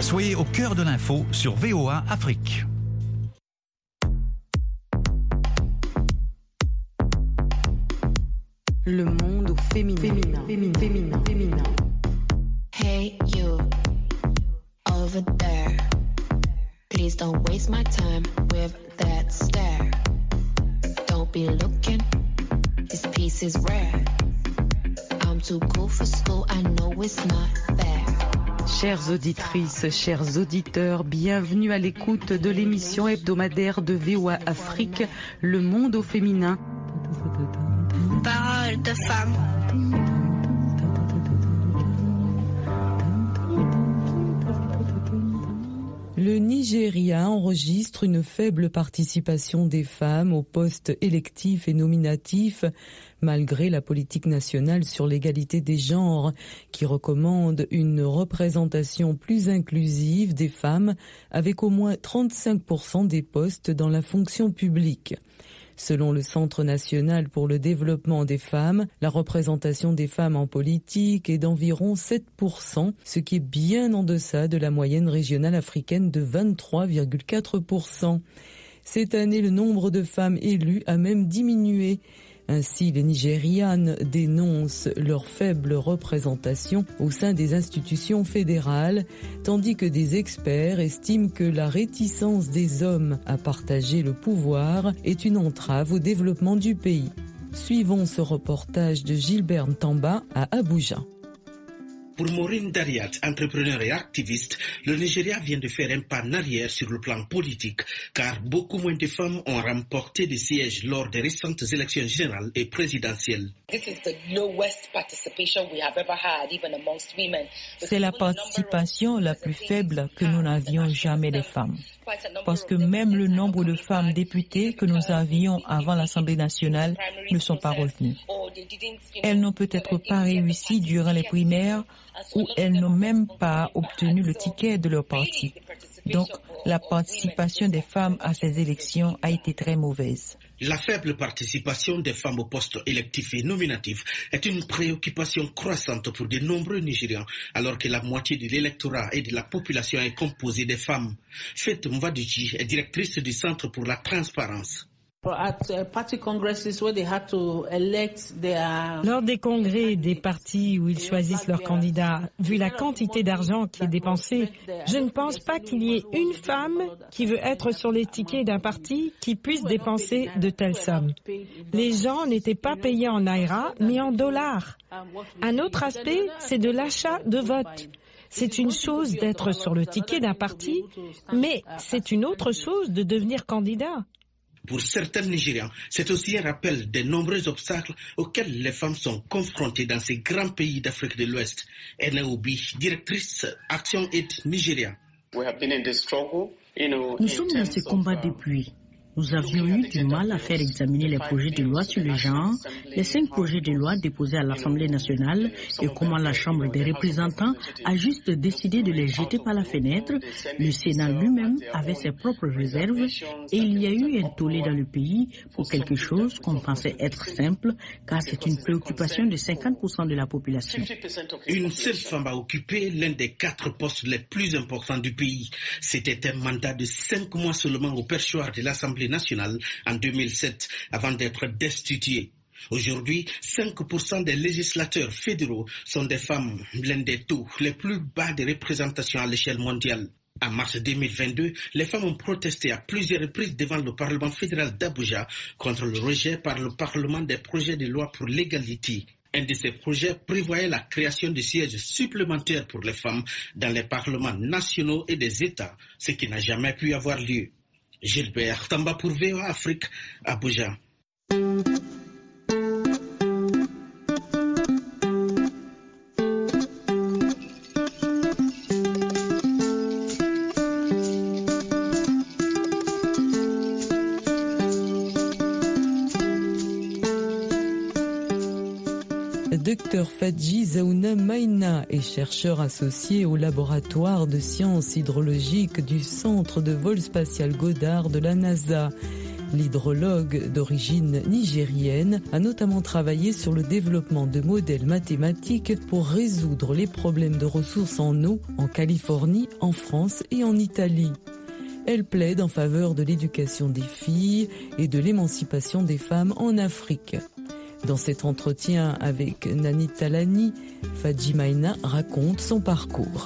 Soyez au cœur de l'info sur VOA Afrique. Le monde au féminin. Hey you, over there. Please don't waste my time with that stare. Don't be looking, this piece is rare. I'm too cool for school, I know it's not fair. Chères auditrices, chers auditeurs, bienvenue à l'écoute de l'émission hebdomadaire de VOA Afrique, Le monde au féminin. Parole de femme. Le Nigeria enregistre une faible participation des femmes aux postes électifs et nominatifs, malgré la politique nationale sur l'égalité des genres, qui recommande une représentation plus inclusive des femmes, avec au moins 35% des postes dans la fonction publique. Selon le Centre national pour le développement des femmes, la représentation des femmes en politique est d'environ 7%, ce qui est bien en deçà de la moyenne régionale africaine de 23,4%. Cette année, le nombre de femmes élues a même diminué. Ainsi, les Nigérianes dénoncent leur faible représentation au sein des institutions fédérales, tandis que des experts estiment que la réticence des hommes à partager le pouvoir est une entrave au développement du pays. Suivons ce reportage de Gilbert Ntamba à Abuja. Pour Maureen Dariat, entrepreneur et activiste, le Nigeria vient de faire un pas en arrière sur le plan politique, car beaucoup moins de femmes ont remporté des sièges lors des récentes élections générales et présidentielles. C'est la participation la plus faible que nous n'avions jamais des femmes. Parce que même le nombre de femmes députées que nous avions avant l'Assemblée nationale ne sont pas revenues. Elles n'ont peut-être pas réussi durant les primaires ou elles n'ont même pas obtenu le ticket de leur parti. Donc, la participation des femmes à ces élections a été très mauvaise. La faible participation des femmes aux postes électifs et nominatifs est une préoccupation croissante pour de nombreux Nigérians, alors que la moitié de l'électorat et de la population est composée des femmes. Faith Mvadiji est directrice du Centre pour la transparence. Lors des congrès des partis où ils choisissent leurs candidats, vu la quantité d'argent qui est dépensé, je ne pense pas qu'il y ait une femme qui veut être sur les tickets d'un parti qui puisse dépenser de telles sommes. Les gens n'étaient pas payés en naira, mais en dollars. Un autre aspect, c'est de l'achat de vote. C'est une chose d'être sur le ticket d'un parti, mais c'est une autre chose de devenir candidat. Pour certains Nigérians, c'est aussi un rappel des nombreux obstacles auxquels les femmes sont confrontées dans ces grands pays d'Afrique de l'Ouest. Enaobi, directrice Action Aid Nigeria. Nous sommes dans ce combat depuis. Nous avions eu du mal à faire examiner les projets de loi sur le genre, les 5 projets de loi déposés à l'Assemblée nationale et comment la Chambre des représentants a juste décidé de les jeter par la fenêtre. Le Sénat lui-même avait ses propres réserves et il y a eu un tollé dans le pays pour quelque chose qu'on pensait être simple car c'est une préoccupation de 50% de la population. Une seule femme a occupé l'un des 4 postes les plus importants du pays. C'était un mandat de 5 mois seulement au perchoir de l'Assemblée nationale en 2007 avant d'être destitué. Aujourd'hui, 5% des législateurs fédéraux sont des femmes, l'un des taux les plus bas de représentation à l'échelle mondiale. En mars 2022, les femmes ont protesté à plusieurs reprises devant le Parlement fédéral d'Abuja contre le rejet par le Parlement des projets de loi pour l'égalité. Un de ces projets prévoyait la création de sièges supplémentaires pour les femmes dans les parlements nationaux et des États, ce qui n'a jamais pu avoir lieu. Gilbert Tamba pour VOA Afrique, Abuja. Dr Fadji Zaouna Maina est chercheur associé au laboratoire de sciences hydrologiques du Centre de vol spatial Goddard de la NASA. L'hydrologue d'origine nigérienne a notamment travaillé sur le développement de modèles mathématiques pour résoudre les problèmes de ressources en eau en Californie, en France et en Italie. Elle plaide en faveur de l'éducation des filles et de l'émancipation des femmes en Afrique. Dans cet entretien avec Nani Talani, Fadji Maïna raconte son parcours.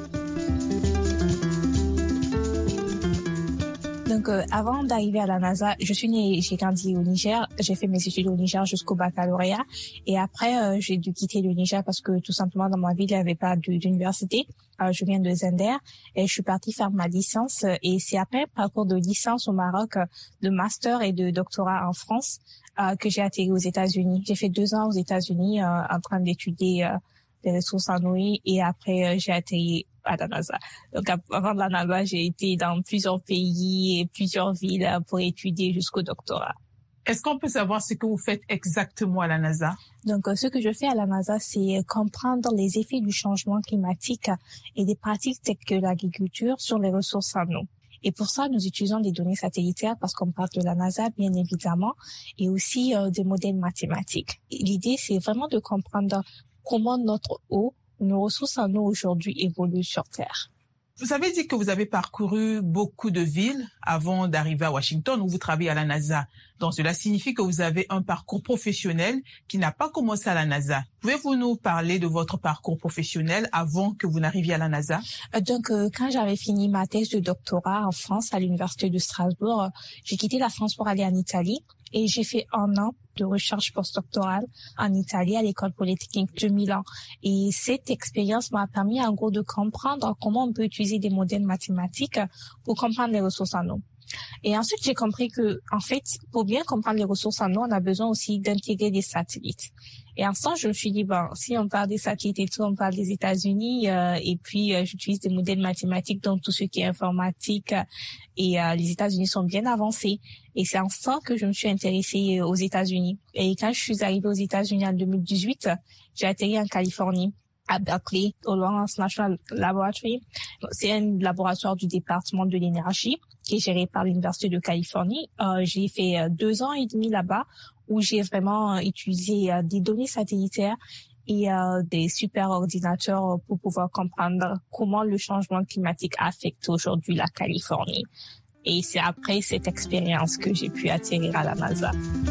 Donc, avant d'arriver à la NASA, je suis née, j'ai grandi au Niger. J'ai fait mes études au Niger jusqu'au baccalauréat. Et après, j'ai dû quitter le Niger parce que tout simplement dans ma ville, il n'y avait pas d'université. Je viens de Zender et je suis partie faire ma licence. Et c'est après un parcours de licence au Maroc, de master et de doctorat en France, que j'ai atterri aux États-Unis. J'ai fait 2 ans aux États-Unis en train d'étudier des ressources en eau et après j'ai atterri à la NASA. Donc avant la NASA, j'ai été dans plusieurs pays et plusieurs villes pour étudier jusqu'au doctorat. Est-ce qu'on peut savoir ce que vous faites exactement à la NASA? Donc, ce que je fais à la NASA, c'est comprendre les effets du changement climatique et des pratiques telles que l'agriculture sur les ressources en eau. Et pour ça, nous utilisons des données satellitaires parce qu'on parle de la NASA, bien évidemment, et aussi des modèles mathématiques. L'idée, c'est vraiment de comprendre comment notre eau, nos ressources en eau aujourd'hui évoluent sur Terre. Vous avez dit que vous avez parcouru beaucoup de villes avant d'arriver à Washington où vous travaillez à la NASA. Donc cela signifie que vous avez un parcours professionnel qui n'a pas commencé à la NASA. Pouvez-vous nous parler de votre parcours professionnel avant que vous n'arriviez à la NASA? Donc quand j'avais fini ma thèse de doctorat en France à l'université de Strasbourg, j'ai quitté la France pour aller en Italie et j'ai fait 1 an de recherche postdoctorale en Italie à l'école polytechnique de Milan. Et cette expérience m'a permis en gros de comprendre comment on peut utiliser des modèles mathématiques pour comprendre les ressources en eau. Et ensuite, j'ai compris que, en fait, pour bien comprendre les ressources en eau, on a besoin aussi d'intégrer des satellites. Et en ce temps, je me suis dit, bon, si on parle des satellites et tout, on parle des États-Unis, et puis j'utilise des modèles mathématiques, donc tout ce qui est informatique, et les États-Unis sont bien avancés. Et c'est en ce temps que je me suis intéressée aux États-Unis. Et quand je suis arrivée aux États-Unis en 2018, j'ai atterri en Californie, à Berkeley, au Lawrence National Laboratory. C'est un laboratoire du département de l'énergie qui est géré par l'Université de Californie. J'ai fait 2 ans et demi là-bas où j'ai vraiment utilisé des données satellitaires et des super ordinateurs pour pouvoir comprendre comment le changement climatique affecte aujourd'hui la Californie. Et c'est après cette expérience que j'ai pu atterrir à la NASA.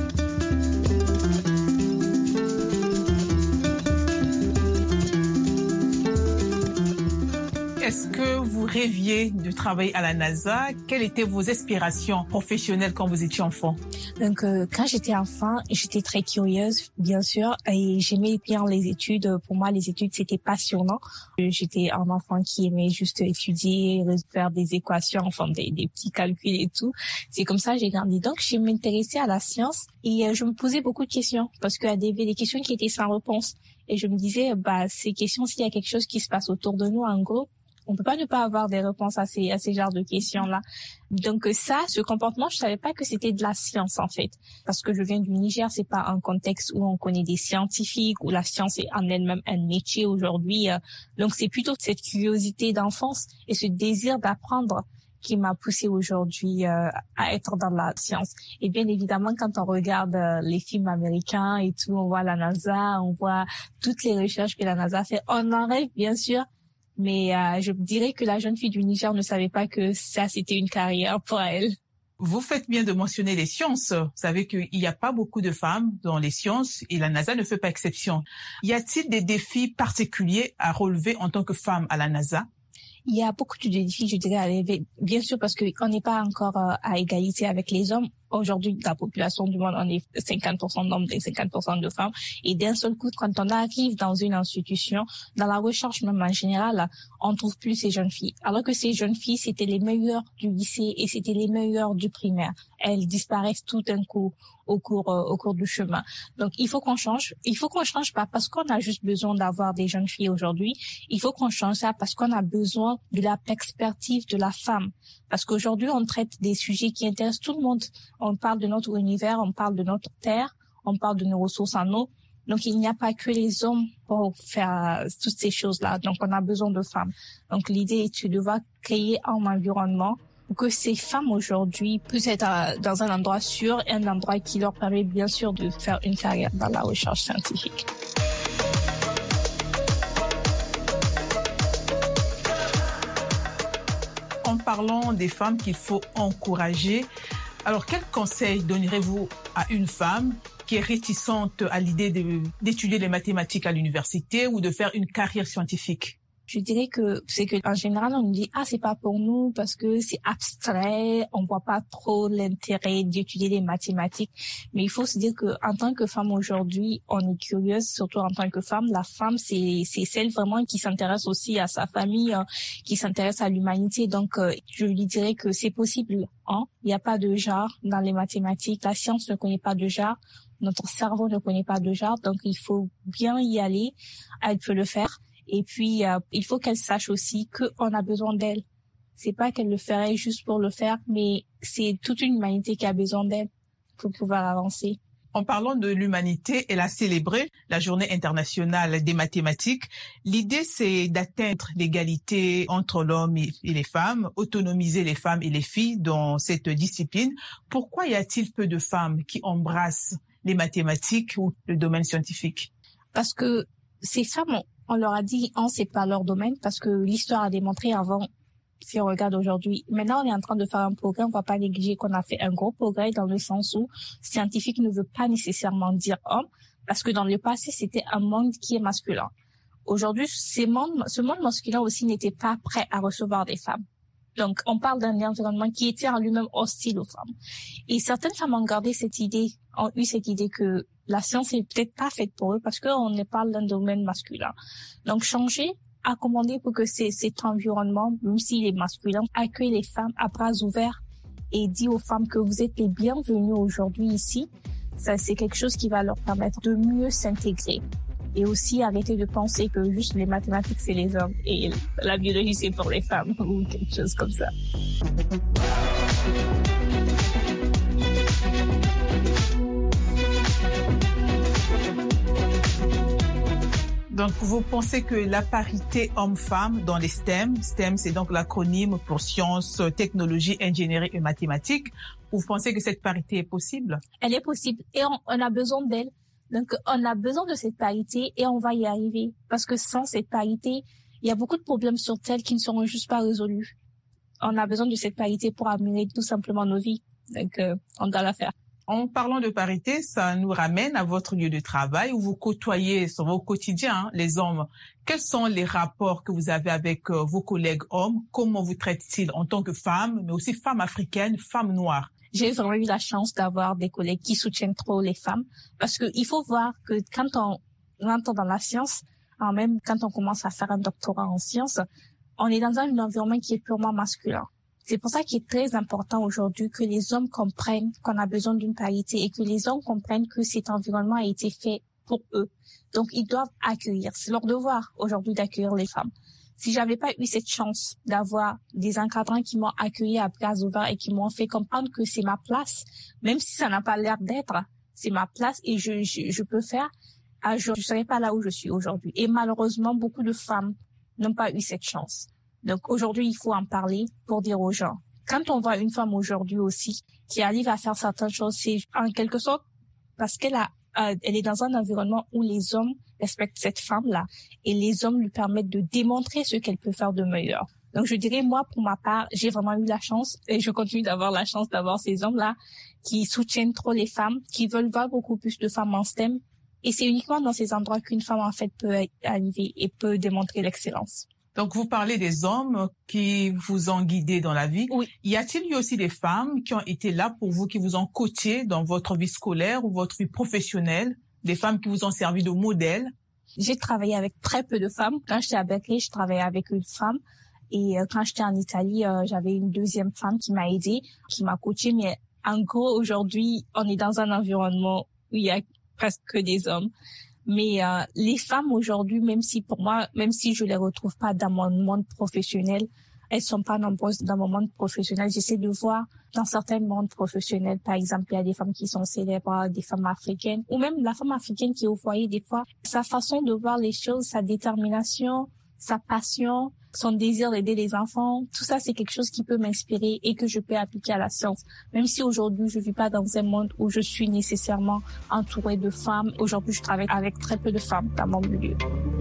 Est-ce que vous rêviez de travailler à la NASA? Quelles étaient vos aspirations professionnelles quand vous étiez enfant? Donc, quand j'étais enfant, j'étais très curieuse, bien sûr, et j'aimais bien les études. Pour moi, les études, c'était passionnant. J'étais un enfant qui aimait juste étudier, faire des équations, enfin des petits calculs et tout. C'est comme ça que j'ai grandi. Donc, je m'intéressais à la science et je me posais beaucoup de questions parce qu'il y avait des questions qui étaient sans réponse. Et je me disais, ces questions, s'il y a quelque chose qui se passe autour de nous, en gros, on peut pas ne pas avoir des réponses à ces genres de questions-là. Donc ce comportement, je savais pas que c'était de la science en fait, parce que je viens du Niger, c'est pas un contexte où on connaît des scientifiques, où la science est en elle-même un métier aujourd'hui. Donc c'est plutôt cette curiosité d'enfance et ce désir d'apprendre qui m'a poussée aujourd'hui à être dans la science. Et bien évidemment, quand on regarde les films américains et tout, on voit la NASA, on voit toutes les recherches que la NASA fait. On en rêve bien sûr. Mais je dirais que la jeune fille du Niger ne savait pas que ça, c'était une carrière pour elle. Vous faites bien de mentionner les sciences. Vous savez qu'il n'y a pas beaucoup de femmes dans les sciences et la NASA ne fait pas exception. Y a-t-il des défis particuliers à relever en tant que femme à la NASA? Il y a beaucoup de défis, je dirais, à relever, bien sûr, parce qu'on n'est pas encore à égalité avec les hommes. Aujourd'hui, la population du monde, on est 50% d'hommes et 50% de femmes. Et d'un seul coup, quand on arrive dans une institution, dans la recherche même en général, on trouve plus ces jeunes filles. Alors que ces jeunes filles, c'était les meilleures du lycée et c'était les meilleures du primaire. Elles disparaissent tout d'un coup au cours du chemin. Donc, il faut qu'on change. Il faut qu'on change pas parce qu'on a juste besoin d'avoir des jeunes filles aujourd'hui. Il faut qu'on change ça parce qu'on a besoin de la perspective de la femme. Parce qu'aujourd'hui, on traite des sujets qui intéressent tout le monde. On parle de notre univers, on parle de notre terre, on parle de nos ressources en eau. Donc, il n'y a pas que les hommes pour faire toutes ces choses-là. Donc, on a besoin de femmes. Donc, l'idée est de devoir créer un environnement pour que ces femmes aujourd'hui puissent être dans un endroit sûr et un endroit qui leur permet bien sûr de faire une carrière dans la recherche scientifique. En parlant des femmes qu'il faut encourager, alors quel conseil donnerez-vous à une femme qui est réticente à l'idée d'étudier les mathématiques à l'université ou de faire une carrière scientifique? Je dirais que c'est que en général on nous dit c'est pas pour nous parce que c'est abstrait, on voit pas trop l'intérêt d'étudier les mathématiques. Mais il faut se dire que en tant que femme aujourd'hui, on est curieuse, surtout en tant que femme. La femme c'est celle vraiment qui s'intéresse aussi à sa famille, qui s'intéresse à l'humanité. Donc je lui dirais que c'est possible. Il n'y a pas de genre dans les mathématiques. La science ne connaît pas de genre. Notre cerveau ne connaît pas de genre. Donc il faut bien y aller. Elle peut le faire. Et puis, il faut qu'elle sache aussi qu'on a besoin d'elle. C'est pas qu'elle le ferait juste pour le faire, mais c'est toute une humanité qui a besoin d'elle pour pouvoir avancer. En parlant de l'humanité, elle a célébré la Journée internationale des mathématiques. L'idée, c'est d'atteindre l'égalité entre l'homme et les femmes, autonomiser les femmes et les filles dans cette discipline. Pourquoi y a-t-il peu de femmes qui embrassent les mathématiques ou le domaine scientifique? Parce que ces femmes on leur a dit, c'est pas leur domaine parce que l'histoire a démontré avant, si on regarde aujourd'hui. Maintenant, on est en train de faire un progrès. On va pas négliger qu'on a fait un gros progrès dans le sens où scientifique ne veut pas nécessairement dire homme parce que dans le passé, c'était un monde qui est masculin. Aujourd'hui, ce monde masculin aussi n'était pas prêt à recevoir des femmes. Donc, on parle d'un environnement qui était en lui-même hostile aux femmes. Et certaines femmes ont eu cette idée que la science est peut-être pas faite pour eux parce qu'on parle d'un domaine masculin. Donc, changer, accommoder pour que cet environnement, même s'il est masculin, accueille les femmes à bras ouverts et dit aux femmes que vous êtes les bienvenues aujourd'hui ici. Ça, c'est quelque chose qui va leur permettre de mieux s'intégrer. Et aussi arrêter de penser que juste les mathématiques, c'est les hommes et la biologie, c'est pour les femmes ou quelque chose comme ça. Donc, vous pensez que la parité homme-femme dans les STEM, c'est donc l'acronyme pour sciences, technologie, ingénierie et mathématiques, vous pensez que cette parité est possible? Elle est possible et on a besoin d'elle. Donc, on a besoin de cette parité et on va y arriver. Parce que sans cette parité, il y a beaucoup de problèmes sur Terre qui ne seront juste pas résolus. On a besoin de cette parité pour améliorer tout simplement nos vies. Donc, on doit la faire. En parlant de parité, ça nous ramène à votre lieu de travail où vous côtoyez sur vos quotidiens les hommes. Quels sont les rapports que vous avez avec vos collègues hommes? Comment vous traitent-ils en tant que femmes, mais aussi femmes africaines, femmes noires? J'ai vraiment eu la chance d'avoir des collègues qui soutiennent trop les femmes parce que il faut voir que quand on rentre dans la science, même quand on commence à faire un doctorat en sciences, on est dans un environnement qui est purement masculin. C'est pour ça qu'il est très important aujourd'hui que les hommes comprennent qu'on a besoin d'une parité et que les hommes comprennent que cet environnement a été fait pour eux. Donc, ils doivent accueillir. C'est leur devoir aujourd'hui d'accueillir les femmes. Si j'avais pas eu cette chance d'avoir des encadrants qui m'ont accueilli à bras ouverts et qui m'ont fait comprendre que c'est ma place, même si ça n'a pas l'air d'être, c'est ma place et je peux faire, je serais pas là où je suis aujourd'hui. Et malheureusement, beaucoup de femmes n'ont pas eu cette chance. Donc aujourd'hui, il faut en parler pour dire aux gens. Quand on voit une femme aujourd'hui aussi qui arrive à faire certaines choses, c'est en quelque sorte parce qu'elle est dans un environnement où les hommes respectent cette femme-là et les hommes lui permettent de démontrer ce qu'elle peut faire de meilleur. Donc, je dirais, moi, pour ma part, j'ai vraiment eu la chance et je continue d'avoir la chance d'avoir ces hommes-là qui soutiennent trop les femmes, qui veulent voir beaucoup plus de femmes en STEM. Et c'est uniquement dans ces endroits qu'une femme, en fait, peut arriver et peut démontrer l'excellence. Donc, vous parlez des hommes qui vous ont guidé dans la vie. Oui. Y a-t-il eu aussi des femmes qui ont été là pour vous, qui vous ont coaché dans votre vie scolaire ou votre vie professionnelle, des femmes qui vous ont servi de modèle? J'ai travaillé avec très peu de femmes. Quand j'étais à Berkeley, je travaillais avec une femme. Et quand j'étais en Italie, j'avais une deuxième femme qui m'a aidée, qui m'a coachée. Mais en gros, aujourd'hui, on est dans un environnement où il y a presque que des hommes. Mais les femmes aujourd'hui, même si je les retrouve pas dans mon monde professionnel, elles sont pas nombreuses dans mon monde professionnel. J'essaie de voir dans certains mondes professionnels, par exemple, il y a des femmes qui sont célèbres, des femmes africaines, ou même la femme africaine qui est au foyer des fois. Sa façon de voir les choses, sa détermination, sa passion, son désir d'aider les enfants, tout ça c'est quelque chose qui peut m'inspirer et que je peux appliquer à la science. Même si aujourd'hui je vis pas dans un monde où je suis nécessairement entourée de femmes, aujourd'hui je travaille avec très peu de femmes dans mon milieu.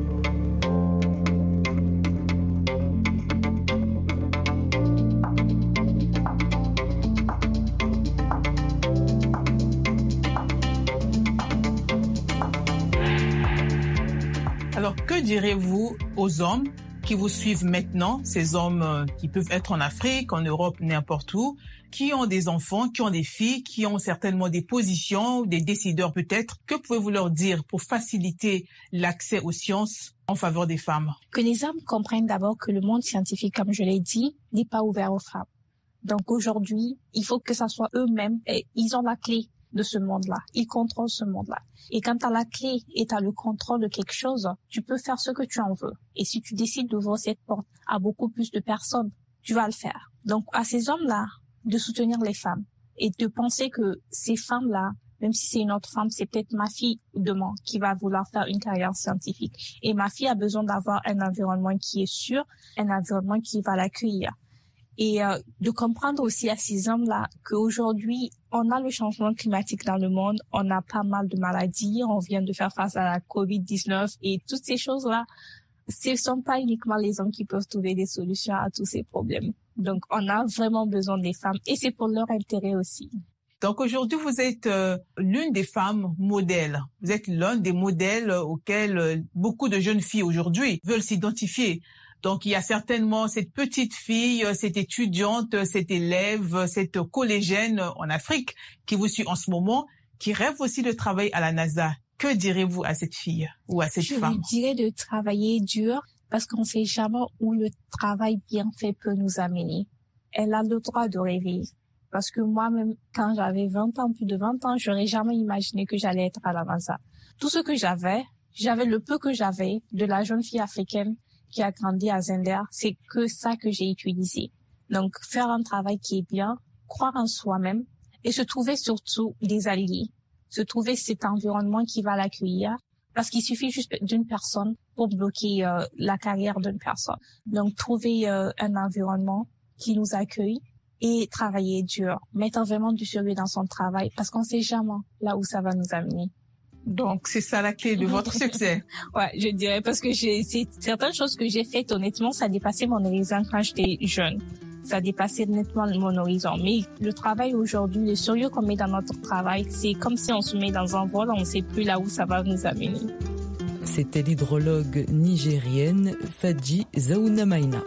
Alors, que direz-vous aux hommes qui vous suivent maintenant, ces hommes qui peuvent être en Afrique, en Europe, n'importe où, qui ont des enfants, qui ont des filles, qui ont certainement des positions, des décideurs peut-être? Que pouvez-vous leur dire pour faciliter l'accès aux sciences en faveur des femmes? Que les hommes comprennent d'abord que le monde scientifique, comme je l'ai dit, n'est pas ouvert aux femmes. Donc aujourd'hui, il faut que ça soit eux-mêmes, et ils ont la clé de ce monde-là. Ils contrôlent ce monde-là. Et quand tu as la clé et tu as le contrôle de quelque chose, tu peux faire ce que tu en veux. Et si tu décides d'ouvrir cette porte à beaucoup plus de personnes, tu vas le faire. Donc à ces hommes-là, de soutenir les femmes et de penser que ces femmes-là, même si c'est une autre femme, c'est peut-être ma fille demain qui va vouloir faire une carrière scientifique. Et ma fille a besoin d'avoir un environnement qui est sûr, un environnement qui va l'accueillir. Et de comprendre aussi à ces hommes-là qu'aujourd'hui, on a le changement climatique dans le monde, on a pas mal de maladies, on vient de faire face à la COVID-19 et toutes ces choses-là, ce ne sont pas uniquement les hommes qui peuvent trouver des solutions à tous ces problèmes. Donc, on a vraiment besoin des femmes et c'est pour leur intérêt aussi. Donc aujourd'hui, vous êtes l'une des femmes modèles. Vous êtes l'un des modèles auxquels beaucoup de jeunes filles aujourd'hui veulent s'identifier. Donc, il y a certainement cette petite fille, cette étudiante, cette élève, cette collégienne en Afrique qui vous suit en ce moment, qui rêve aussi de travailler à la NASA. Que direz-vous à cette fille ou à cette femme? Je lui dirais de travailler dur parce qu'on ne sait jamais où le travail bien fait peut nous amener. Elle a le droit de rêver. Parce que moi-même, quand j'avais 20 ans, plus de 20 ans, j'aurais jamais imaginé que j'allais être à la NASA. Tout ce que j'avais le peu que j'avais de la jeune fille africaine qui a grandi à Zender, c'est que ça que j'ai utilisé. Donc, faire un travail qui est bien, croire en soi-même et se trouver surtout des alliés, se trouver cet environnement qui va l'accueillir parce qu'il suffit juste d'une personne pour bloquer la carrière d'une personne. Donc, trouver un environnement qui nous accueille et travailler dur, mettre vraiment du sérieux dans son travail parce qu'on sait jamais là où ça va nous amener. Donc, c'est ça la clé de votre succès. Ouais, je dirais, parce que c'est certaines choses que j'ai faites, honnêtement, ça dépassait mon horizon quand j'étais jeune. Ça dépassait nettement mon horizon. Mais le travail aujourd'hui, le sérieux qu'on met dans notre travail, c'est comme si on se met dans un vol, on ne sait plus là où ça va nous amener. C'était l'hydrologue nigérienne Fadji Zaounamaina.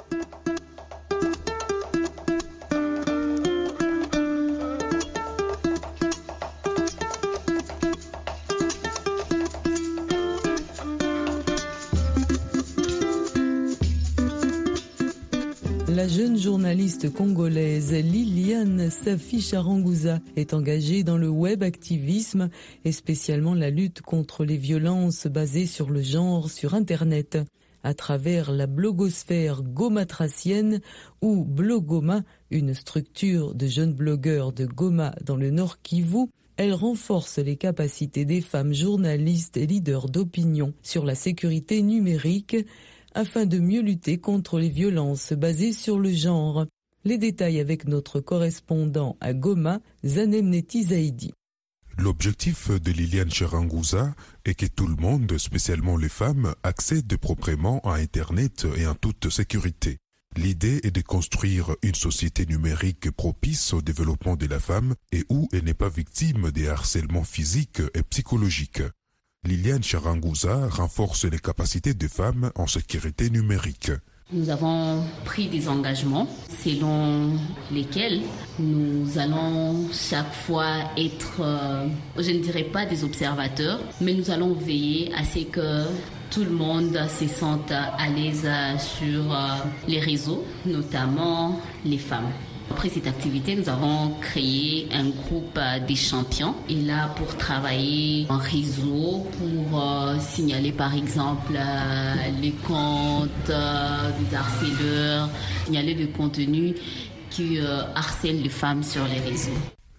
La jeune journaliste congolaise Liliane Safi Charangouza est engagée dans le web activisme et spécialement la lutte contre les violences basées sur le genre sur Internet. À travers la blogosphère gomatracienne ou Blogoma, une structure de jeunes blogueurs de Goma dans le Nord Kivu, elle renforce les capacités des femmes journalistes et leaders d'opinion sur la sécurité numérique afin de mieux lutter contre les violences basées sur le genre. Les détails avec notre correspondant à Goma, Zanemneti Zaidi. L'objectif de Liliane Charangouza est que tout le monde, spécialement les femmes, accède proprement à Internet et en toute sécurité. L'idée est de construire une société numérique propice au développement de la femme et où elle n'est pas victime des harcèlements physiques et psychologiques. Liliane Charangouza renforce les capacités des femmes en sécurité numérique. Nous avons pris des engagements selon lesquels nous allons chaque fois être, je ne dirais pas des observateurs, mais nous allons veiller à ce que tout le monde se sente à l'aise sur les réseaux, notamment les femmes. Après cette activité, nous avons créé un groupe des champions et là pour travailler en réseau, pour signaler par exemple les comptes des harceleurs, signaler le contenu qui harcèle les femmes sur les réseaux.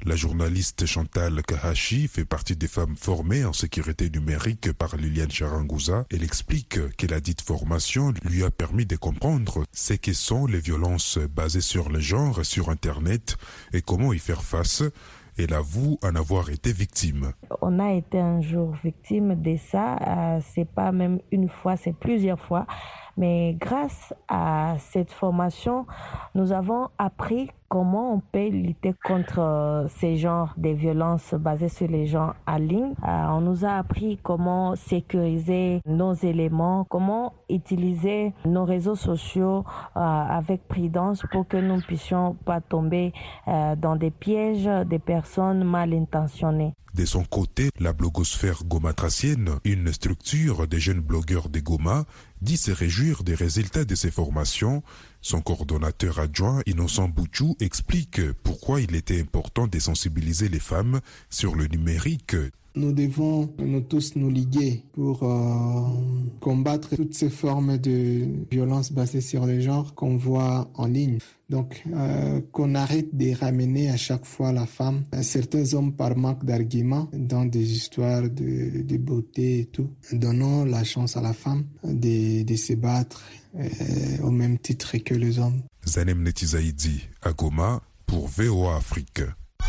La journaliste Chantal Kahashi fait partie des femmes formées en sécurité numérique par Liliane Charangouza. Elle explique que la dite formation lui a permis de comprendre ce que sont les violences basées sur le genre sur Internet et comment y faire face. Elle avoue en avoir été victime. On a été un jour victime de ça. C'est pas même une fois, c'est plusieurs fois. Mais grâce à cette formation, nous avons appris comment on peut lutter contre ces genres de violences basées sur les genres en ligne. On nous a appris comment sécuriser nos éléments, comment utiliser nos réseaux sociaux avec prudence pour que nous ne puissions pas tomber dans des pièges des personnes mal intentionnées. De son côté, la blogosphère gomatracienne, une structure des jeunes blogueurs de Goma, dit se réjouir des résultats de ces formations. Son coordonnateur adjoint, Innocent Bouchou, explique pourquoi il était important de sensibiliser les femmes sur le numérique. Nous devons nous tous nous liguer pour combattre toutes ces formes de violence basées sur le genre qu'on voit en ligne. Donc, qu'on arrête de ramener à chaque fois la femme. Certains hommes, par manque d'arguments, dans des histoires de beauté et tout, donnons la chance à la femme de se battre au même titre que les hommes. Zanem Netizaïdi, à Goma, pour VOA Afrique.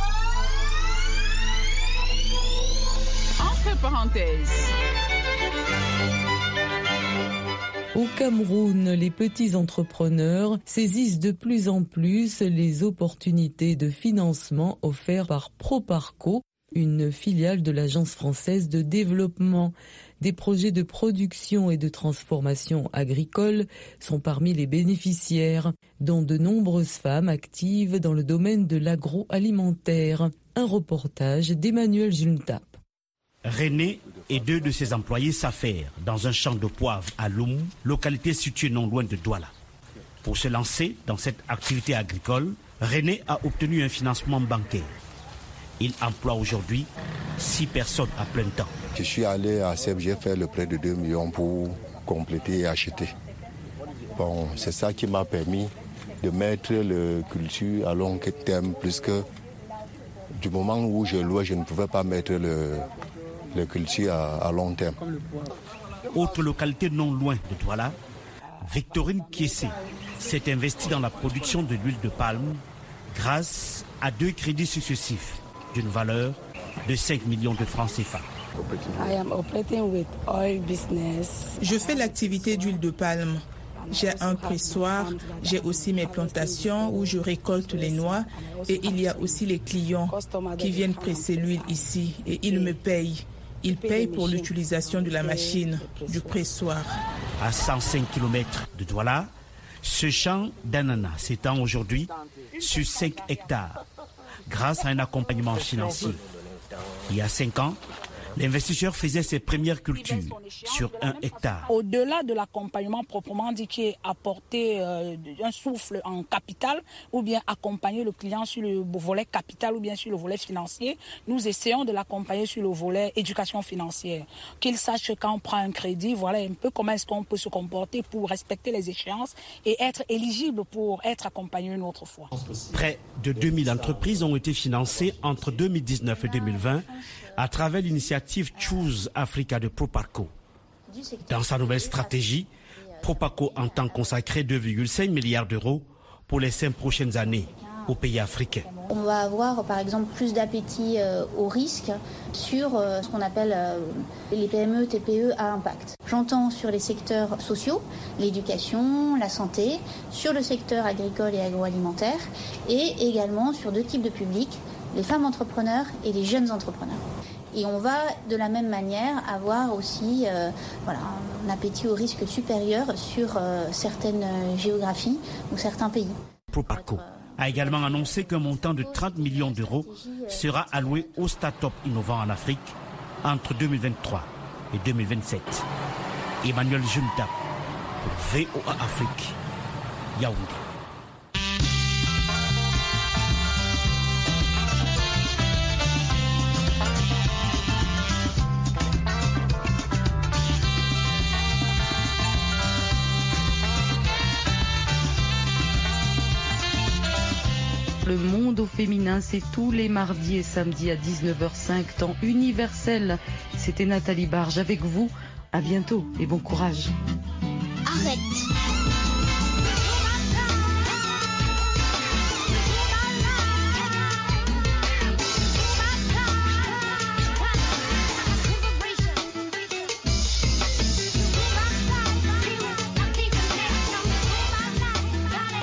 Au Cameroun, les petits entrepreneurs saisissent de plus en plus les opportunités de financement offertes par Proparco, une filiale de l'Agence française de développement. Des projets de production et de transformation agricole sont parmi les bénéficiaires, dont de nombreuses femmes actives dans le domaine de l'agroalimentaire. Un reportage d'Emmanuel Juntap. René et deux de ses employés s'affairent dans un champ de poivre à Loum, localité située non loin de Douala. Pour se lancer dans cette activité agricole, René a obtenu un financement bancaire. Il emploie aujourd'hui 6 personnes à plein temps. Je suis allé à SEB, j'ai fait le prêt de 2 millions pour compléter et acheter. Bon, c'est ça qui m'a permis de mettre le culture à long terme, puisque du moment où je louais, je ne pouvais pas mettre le culture à long terme. Autre localité non loin de Douala, Victorine Kiessé s'est investie dans la production de l'huile de palme grâce à 2 crédits successifs d'une valeur de 5 millions de francs CFA. Je fais l'activité d'huile de palme. J'ai un pressoir, j'ai aussi mes plantations où je récolte les noix et il y a aussi les clients qui viennent presser l'huile ici et ils me payent. Ils payent pour l'utilisation de la machine, du pressoir. À 105 km de Douala, ce champ d'ananas s'étend aujourd'hui sur 5 hectares grâce à un accompagnement financier. Il y a 5 ans, l'investisseur faisait ses premières cultures sur 1 hectare. Au-delà de l'accompagnement proprement dit qui est apporter un souffle en capital ou bien accompagner le client sur le volet capital ou bien sur le volet financier, nous essayons de l'accompagner sur le volet éducation financière. Qu'il sache que quand on prend un crédit, voilà un peu comment est-ce qu'on peut se comporter pour respecter les échéances et être éligible pour être accompagné une autre fois. Près de 2000 entreprises ont été financées entre 2019 et 2020 à travers l'initiative Choose Africa de Proparco. Dans sa nouvelle stratégie, Proparco entend consacrer 2,5 milliards d'euros pour les 5 prochaines années aux pays africains. On va avoir par exemple plus d'appétit au risque sur ce qu'on appelle les PME, TPE à impact. J'entends sur les secteurs sociaux, l'éducation, la santé, sur le secteur agricole et agroalimentaire et également sur 2 types de publics, les femmes entrepreneurs et les jeunes entrepreneurs. Et on va de la même manière avoir aussi un appétit au risque supérieur sur certaines géographies ou certains pays. Proparco a également annoncé qu'un montant de 30 millions d'euros sera alloué aux start-up innovants en Afrique entre 2023 et 2027. Emmanuel Junta pour VOA Afrique, Yaoundé. Le monde au féminin, c'est tous les mardis et samedis à 19h05, temps universel. C'était Nathalie Barge avec vous. À bientôt et bon courage. Arrête.